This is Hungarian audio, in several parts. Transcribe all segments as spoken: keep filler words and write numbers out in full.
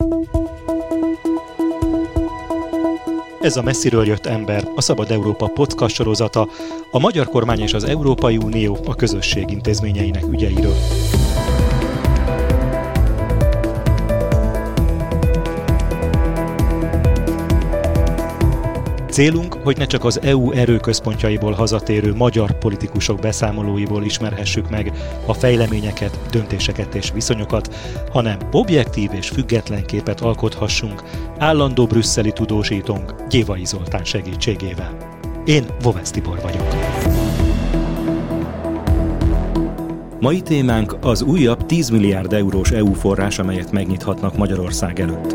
Ez a Messziről jött ember, a Szabad Európa podcast sorozata, a magyar kormány és az Európai Unió a közösség intézményeinek ügyeiről. Célunk, hogy ne csak az é u erőközpontjaiból hazatérő magyar politikusok beszámolóiból ismerhessük meg a fejleményeket, döntéseket és viszonyokat, hanem objektív és független képet alkothassunk állandó brüsszeli tudósítónk Gyévai Zoltán segítségével. Én Vovesz Tibor vagyok. Mai témánk az újabb tíz milliárd eurós é u forrás, amelyet megnyithatnak Magyarország előtt.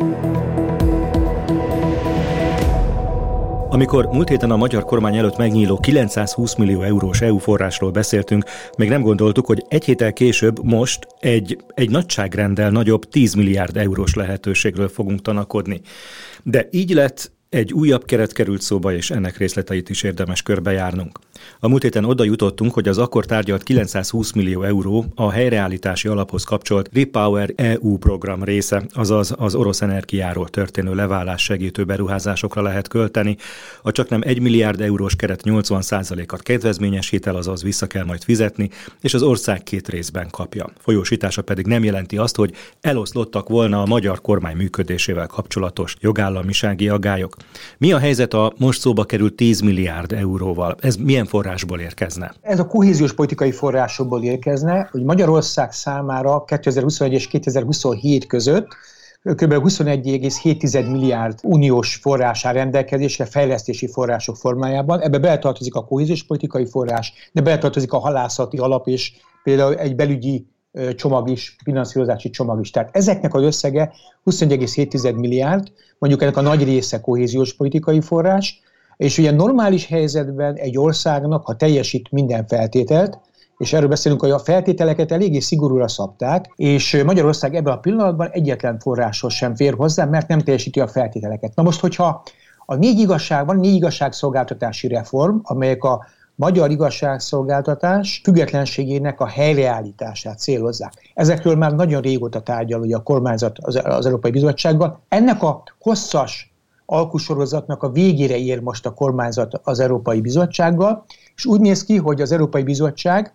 Amikor múlt héten a magyar kormány előtt megnyíló kilencszázhúsz millió eurós é u forrásról beszéltünk, még nem gondoltuk, hogy egy héttel később most egy, egy nagyságrenddel nagyobb tíz milliárd eurós lehetőségről fogunk tanakodni. De így lett, egy újabb keret került szóba, és ennek részleteit is érdemes körbejárnunk. A múlt héten oda jutottunk, hogy az akkor tárgyalt kilencszázhúsz millió euró a helyreállítási alaphoz kapcsolt REPower é u program része, azaz az orosz energiáról történő leválás segítő beruházásokra lehet költeni. A csaknem egy milliárd eurós keret nyolcvan százalékat kedvezményes hitel, azaz vissza kell majd fizetni, és az ország két részben kapja. Folyósítása pedig nem jelenti azt, hogy eloszlottak volna a magyar kormány működésével kapcsolatos jogállamisági aggályok. Mi a helyzet a most szóba került tíz milliárd euróval? Ez milyen forrásból érkezne? Ez a kohéziós politikai forrásokból érkezne, hogy Magyarország számára kétezer-huszonegy és kétezer-huszonhét között kb. huszonegy egész hét milliárd uniós forrás áll rendelkezésre fejlesztési források formájában. Ebbe beletartozik a kohéziós politikai forrás, de beletartozik a halászati alap és például egy belügyi csomag is, finanszírozási csomag is. Tehát ezeknek az összege huszonegy egész hét milliárd, mondjuk ennek a nagy része kohéziós politikai forrás, és ugye normális helyzetben egy országnak, ha teljesít minden feltételt, és erről beszélünk, hogy a feltételeket eléggé szigorúra szabták, és Magyarország ebben a pillanatban egyetlen forráshoz sem fér hozzá, mert nem teljesíti a feltételeket. Na most, hogyha a négy igazság van, négy igazságszolgáltatási reform, amelyek a magyar igazságszolgáltatás függetlenségének a helyreállítását célozzák. Ezekről már nagyon régóta tárgyal ugye a kormányzat az, az Európai Bizottsággal. Ennek a hosszas alkusorozatnak a végére ér most a kormányzat az Európai Bizottsággal, és úgy néz ki, hogy az Európai Bizottság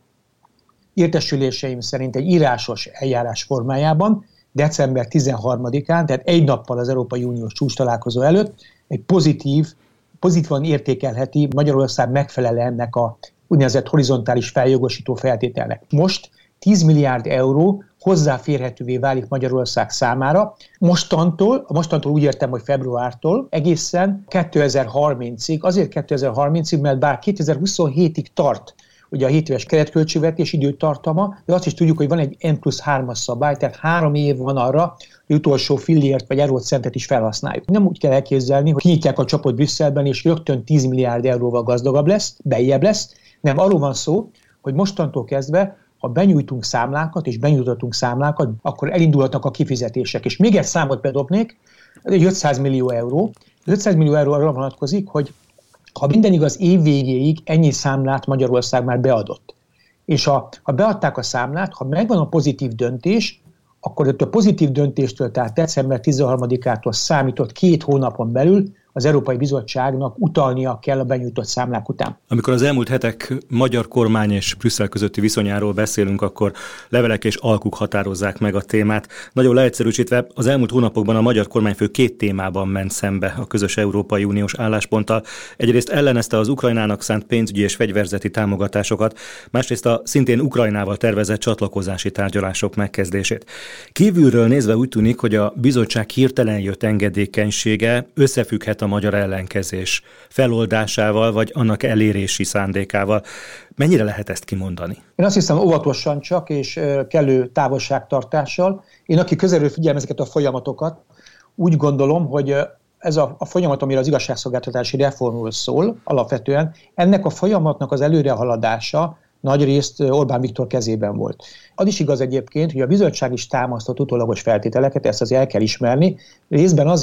értesüléseim szerint egy írásos eljárás formájában december tizenharmadikán, tehát egy nappal az Európai Uniós csúcstalálkozó előtt egy pozitív pozitívan értékelheti, Magyarország megfelel ennek a úgynevezett horizontális feljogosító feltételnek. Most tíz milliárd euró hozzáférhetővé válik Magyarország számára. Mostantól, mostantól úgy értem, hogy februártól egészen kétezer-harmincig, azért kétezer-harmincig, mert bár kétezer-huszonhétig tart ugye a hét éves keretköltségvetés időtartama, de azt is tudjuk, hogy van egy N plusz hármas szabály, tehát három év van arra, hogy utolsó fillért vagy eurócentet is felhasználjuk. Nem úgy kell elképzelni, hogy kinyitják a csapot Brüsszelben, és rögtön tíz milliárd euróval gazdagabb lesz, bejjebb lesz, nem, arról van szó, hogy mostantól kezdve, ha benyújtunk számlákat, és benyújtottunk számlákat, akkor elindulhatnak a kifizetések. És még egy számot bedobnék, ez egy ötszáz millió euró. Az ötszáz millió euró arra vonatkozik, hogy ha minden igaz, év végéig ennyi számlát Magyarország már beadott. És ha, ha beadták a számlát, ha megvan a pozitív döntés, akkor a pozitív döntéstől, tehát december tizenharmadikától számított két hónapon belül az Európai Bizottságnak utalnia kell a benyújtott számlák után. Amikor az elmúlt hetek magyar kormány és Brüsszel közötti viszonyáról beszélünk, akkor levelek és alkuk határozzák meg a témát. Nagyon leegyszerűsítve, az elmúlt hónapokban a magyar kormányfő két témában ment szembe a közös Európai Uniós állásponttal. Egyrészt ellenezte az Ukrajnának szánt pénzügyi és fegyverzeti támogatásokat, másrészt a szintén Ukrajnával tervezett csatlakozási tárgyalások megkezdését. Kívülről nézve úgy tűnik, hogy a bizottság hirtelen jött engedékenysége összefügghet a magyar ellenkezés feloldásával, vagy annak elérési szándékával. Mennyire lehet ezt kimondani? Én azt hiszem óvatosan csak, és kellő távolságtartással. Én, aki közelről figyelem ezeket a folyamatokat, úgy gondolom, hogy ez a, a folyamat, amire az igazságszolgáltatási reformról szól, alapvetően, ennek a folyamatnak az előrehaladása nagyrészt Orbán Viktor kezében volt. Az is igaz egyébként, hogy a bizottság is támasztott utólagos feltételeket, ezt azért el kell ismerni, részben azért,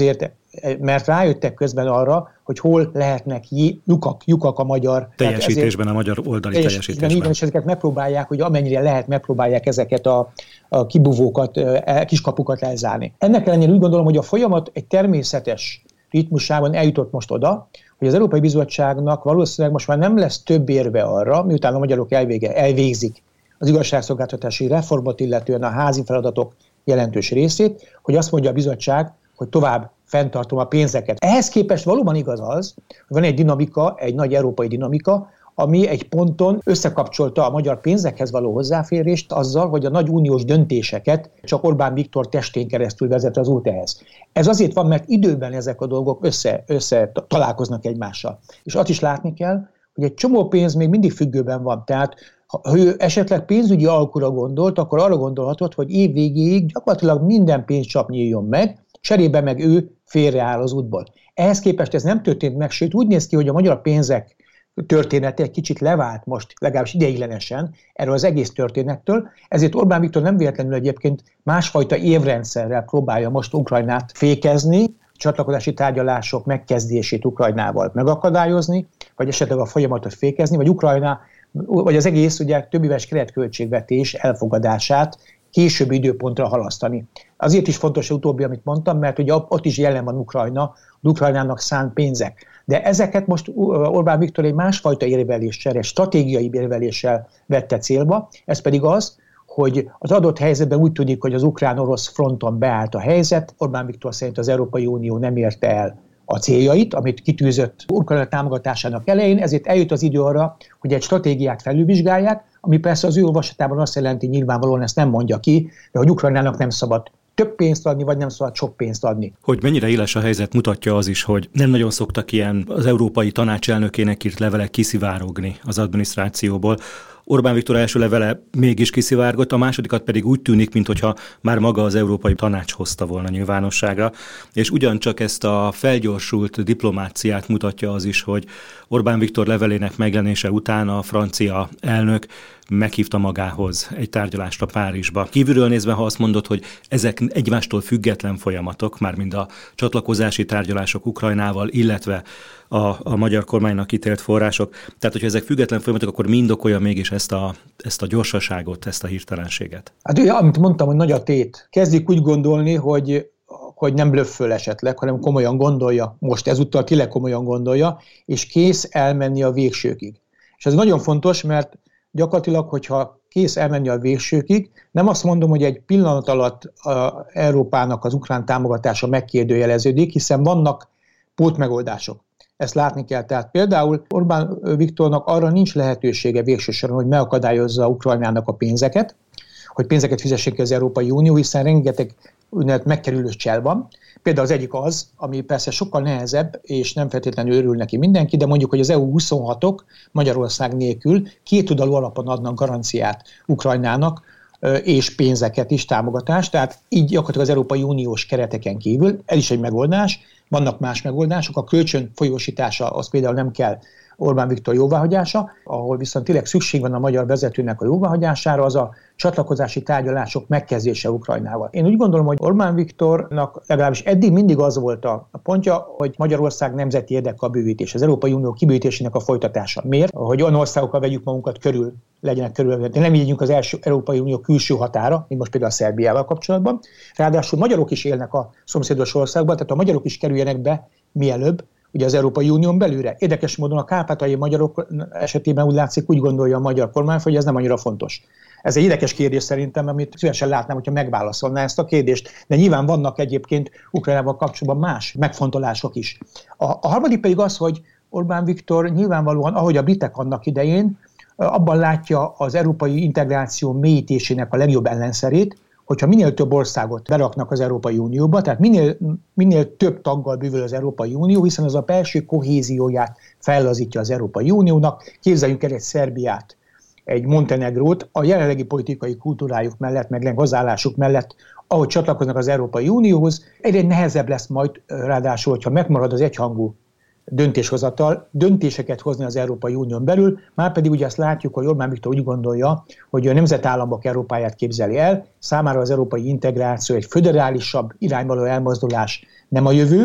mert rájöttek közben arra, hogy hol lehetnek lyukak, lyukak a magyar teljesítésben, a magyar oldali teljes, teljesítésben. Igen, és ezeket megpróbálják, hogy amennyire lehet, megpróbálják ezeket a, a kibuvókat, kiskapukat elzárni. Ennek ellenére úgy gondolom, hogy a folyamat egy természetes ritmusában eljutott most oda, hogy az Európai Bizottságnak valószínűleg most már nem lesz több érve arra, miután a magyarok elvége, elvégzik az igazságszolgáltatási reformot, illetően a házi feladatok jelentős részét, hogy azt mondja a bizottság, hogy tovább fenntartom a pénzeket. Ehhez képest valóban igaz az, hogy van egy dinamika, egy nagy európai dinamika, ami egy ponton összekapcsolta a magyar pénzekhez való hozzáférést azzal, hogy a nagy uniós döntéseket csak Orbán Viktor testén keresztül vezet az út ehhez. Ez azért van, mert időben ezek a dolgok össze, össze találkoznak egymással. És azt is látni kell, hogy egy csomó pénz még mindig függőben van. Tehát ha ő esetleg pénzügyi alkura gondolt, akkor arra gondolhatott, hogy év végéig gyakorlatilag minden pénzcsap nyíljon meg, cserébe meg ő félreáll az útból. Ehhez képest ez nem történt meg, sőt úgy néz ki, hogy a magyar pénzek története egy kicsit levált most, legalábbis ideiglenesen erről az egész történettől, ezért Orbán Viktor nem véletlenül egyébként másfajta évrendszerrel próbálja most Ukrajnát fékezni, csatlakozási tárgyalások megkezdését Ukrajnával megakadályozni, vagy esetleg a folyamatot fékezni, vagy Ukrajna, vagy az egész ugye többéves keretköltségvetés elfogadását későbbi időpontra halasztani. Azért is fontos az utóbbi, amit mondtam, mert ugye ott is jelen van Ukrajna, Ukrajnának szánt pénzek. De ezeket most Orbán Viktor egy másfajta érveléssel, egy stratégiai érveléssel vette célba, ez pedig az, hogy az adott helyzetben úgy tűnik, hogy az ukrán-orosz fronton beállt a helyzet, Orbán Viktor szerint az Európai Unió nem érte el a céljait, amit kitűzött Ukrajna támogatásának elején, ezért eljött az idő arra, hogy egy stratégiát felülvizsgálják, ami persze az ő olvasatában azt jelenti, nyilvánvalóan ezt nem mondja ki, de hogy Ukrajnának nem szabad több pénzt adni, vagy nem szabad sok pénzt adni. Hogy mennyire éles a helyzet, mutatja az is, hogy nem nagyon szoktak ilyen az Európai Tanács elnökének írt levelek kiszivárogni az adminisztrációból. Orbán Viktor első levele mégis kiszivárgott, a másodikat pedig úgy tűnik, mintha már maga az Európai Tanács hozta volna nyilvánosságra, és ugyancsak ezt a felgyorsult diplomáciát mutatja az is, hogy Orbán Viktor levelének megjelenése után a francia elnök meghívta magához egy tárgyalásra Párizsba. Kívülről nézve, ha azt mondod, hogy ezek egymástól független folyamatok, mármint a csatlakozási tárgyalások Ukrajnával, illetve a, a magyar kormánynak ítélt források, tehát hogyha ezek független folyamatok, akkor mind okolja mégis ezt a, ezt a gyorsaságot, ezt a hirtelenséget. Hát ugye, amit mondtam, hogy nagy a tét. Kezdik úgy gondolni, hogy hogy nem blöfföl esetleg, hanem komolyan gondolja, most ezúttal tényleg komolyan gondolja, és kész elmenni a végsőkig. És ez nagyon fontos, mert gyakorlatilag, hogyha kész elmenni a végsőkig, nem azt mondom, hogy egy pillanat alatt a Európának az ukrán támogatása megkérdőjeleződik, hiszen vannak pótmegoldások. Ezt látni kell. Tehát például Orbán Viktornak arra nincs lehetősége végső soron, hogy megakadályozza Ukrajnának a pénzeket, hogy pénzeket fizessék ki az Európai Unió, hiszen rengeteg úgynevezett megkerülős csel van. Például az egyik az, ami persze sokkal nehezebb, és nem feltétlenül örül neki mindenki, de mondjuk, hogy az é u huszonhatok Magyarország nélkül kétoldalú alapon adnak garanciát Ukrajnának, és pénzeket is, támogatást, tehát így gyakorlatilag az Európai Uniós kereteken kívül, ez is egy megoldás, vannak más megoldások, a kölcsön folyósítása, az például nem kell Orbán Viktor jóváhagyása, ahol viszont tényleg szükség van a magyar vezetőnek a jóváhagyására, az a csatlakozási tárgyalások megkezdése Ukrajnával. Én úgy gondolom, hogy Orbán Viktornak legalábbis eddig mindig az volt a pontja, hogy Magyarország nemzeti érdeke a bővítés, az Európai Unió kibővítésének a folytatása. Miért? Hogy olyan országokkal vegyük magunkat körül, legyenek körül, de nem legyünk az első Európai Unió külső határa, mint most például a Szerbiával kapcsolatban. Ráadásul magyarok is élnek a szomszédos országban, tehát a magyarok is kerüljenek be mielőbb, ugye az Európai Unión belülre. Érdekes módon a kárpátaljai magyarok esetében úgy látszik, úgy gondolja a magyar kormány, hogy ez nem annyira fontos. Ez egy érdekes kérdés szerintem, amit szívesen látnám, hogyha megválaszolná ezt a kérdést. De nyilván vannak egyébként Ukrajnával kapcsolatban más megfontolások is. A, a harmadik pedig az, hogy Orbán Viktor nyilvánvalóan, ahogy a britek annak idején, abban látja az európai integráció mélyítésének a legjobb ellenszerét, hogyha minél több országot beraknak az Európai Unióba, tehát minél, minél több taggal bővül az Európai Unió, hiszen az a belső kohézióját fellazítja az Európai Uniónak. Képzeljünk el egy Szerbiát, egy Montenegrót, a jelenlegi politikai kultúrájuk mellett, meg hozzáállásuk mellett, ahogy csatlakoznak az Európai Unióhoz, egyre nehezebb lesz majd ráadásul, hogyha megmarad az egyhangú döntéshozatal, döntéseket hozni az Európai Unión belül, már pedig ugye azt látjuk, hogy Orbán Viktor úgy gondolja, hogy a nemzetállamok Európáját képzeli el, számára az európai integráció egy föderálisabb irányvaló elmozdulás nem a jövő,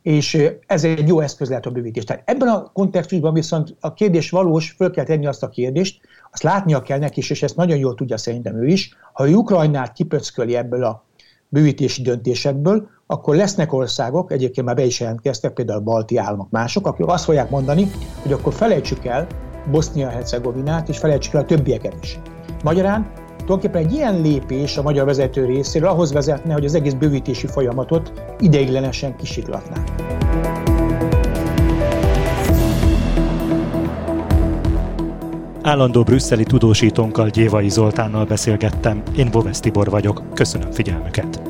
és ez egy jó eszköz lehet a bővítés. Tehát ebben a kontextusban viszont a kérdés valós, föl kell tenni azt a kérdést, azt látnia kell neki is, és ezt nagyon jól tudja szerintem ő is, ha ő Ukrajnát kipöcköli ebből a bővítési döntésekből, akkor lesznek országok, egyébként már be is jelentkeztek, például a balti államok, mások, akik azt fogják mondani, hogy akkor felejtsük el Bosznia-Hercegovinát, és felejtsük el a többieket is. Magyarán tulajdonképpen egy ilyen lépés a magyar vezető részéről ahhoz vezetne, hogy az egész bővítési folyamatot ideiglenesen kisiklatná. Állandó brüsszeli tudósítónkkal, Gyévai Zoltánnal beszélgettem. Én Bovesz Tibor vagyok. Köszönöm figyelmüket!